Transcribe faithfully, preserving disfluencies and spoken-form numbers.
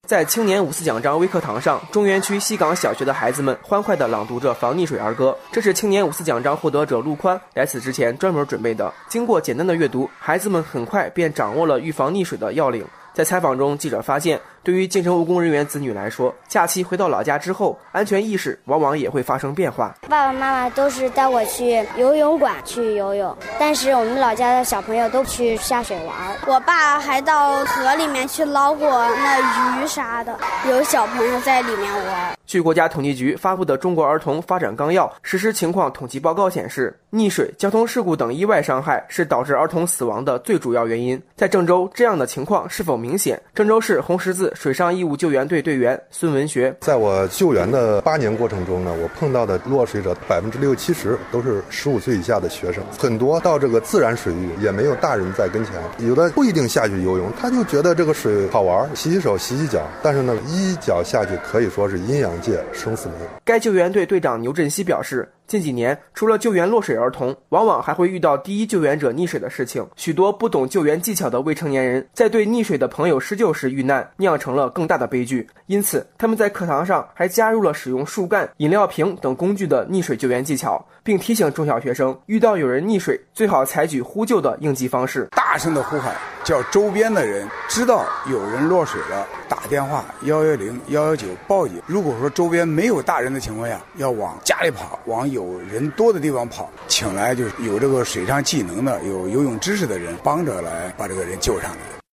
在青年五四奖章微课堂上，中原区西港小学的孩子们欢快地朗读着防溺水儿歌，这是青年五四奖章获得者陆宽来此之前专门准备的。经过简单的阅读，孩子们很快便掌握了预防溺水的要领。在采访中，记者发现，对于进城务工人员子女来说，假期回到老家之后，安全意识往往也会发生变化。 爸爸妈妈都是带我去游泳馆去游泳，但是我们老家的小朋友都去下水玩。 我爸还到河里面去捞过那鱼啥的，有小朋友在里面玩。 据国家统计局发布的《中国儿童发展纲要实施情况统计报告》显示，溺水、交通事故等意外伤害是导致儿童死亡的最主要原因。在郑州，这样的情况是否明显？郑州市红十字水上义务救援队队员孙文学： 在我救援的八年过程中呢，我碰到的落水者百分之六七十都是十五岁以下的学生，很多到这个自然水域也没有大人在跟前，有的不一定下去游泳，他就觉得这个水好玩，洗洗手、洗洗脚，但是呢，一脚下去可以说是阴阳界生死门。 该救援队队长牛振西表示，近几年，除了救援落水儿童，往往还会遇到第一救援者溺水的事情。许多不懂救援技巧的未成年人，在对溺水的朋友施救时遇难，酿成了更大的悲剧。因此，他们在课堂上还加入了使用树干、饮料瓶等工具的溺水救援技巧，并提醒中小学生，遇到有人溺水，最好采取呼救的应急方式， 大声的呼喊，叫周边的人知道有人落水了，打电话一一零、一一九报警。如果说周边没有大人的情况下，要往家里跑，往有人多的地方跑，请来就有这个水上技能的、有游泳知识的人帮着来把这个人救上来。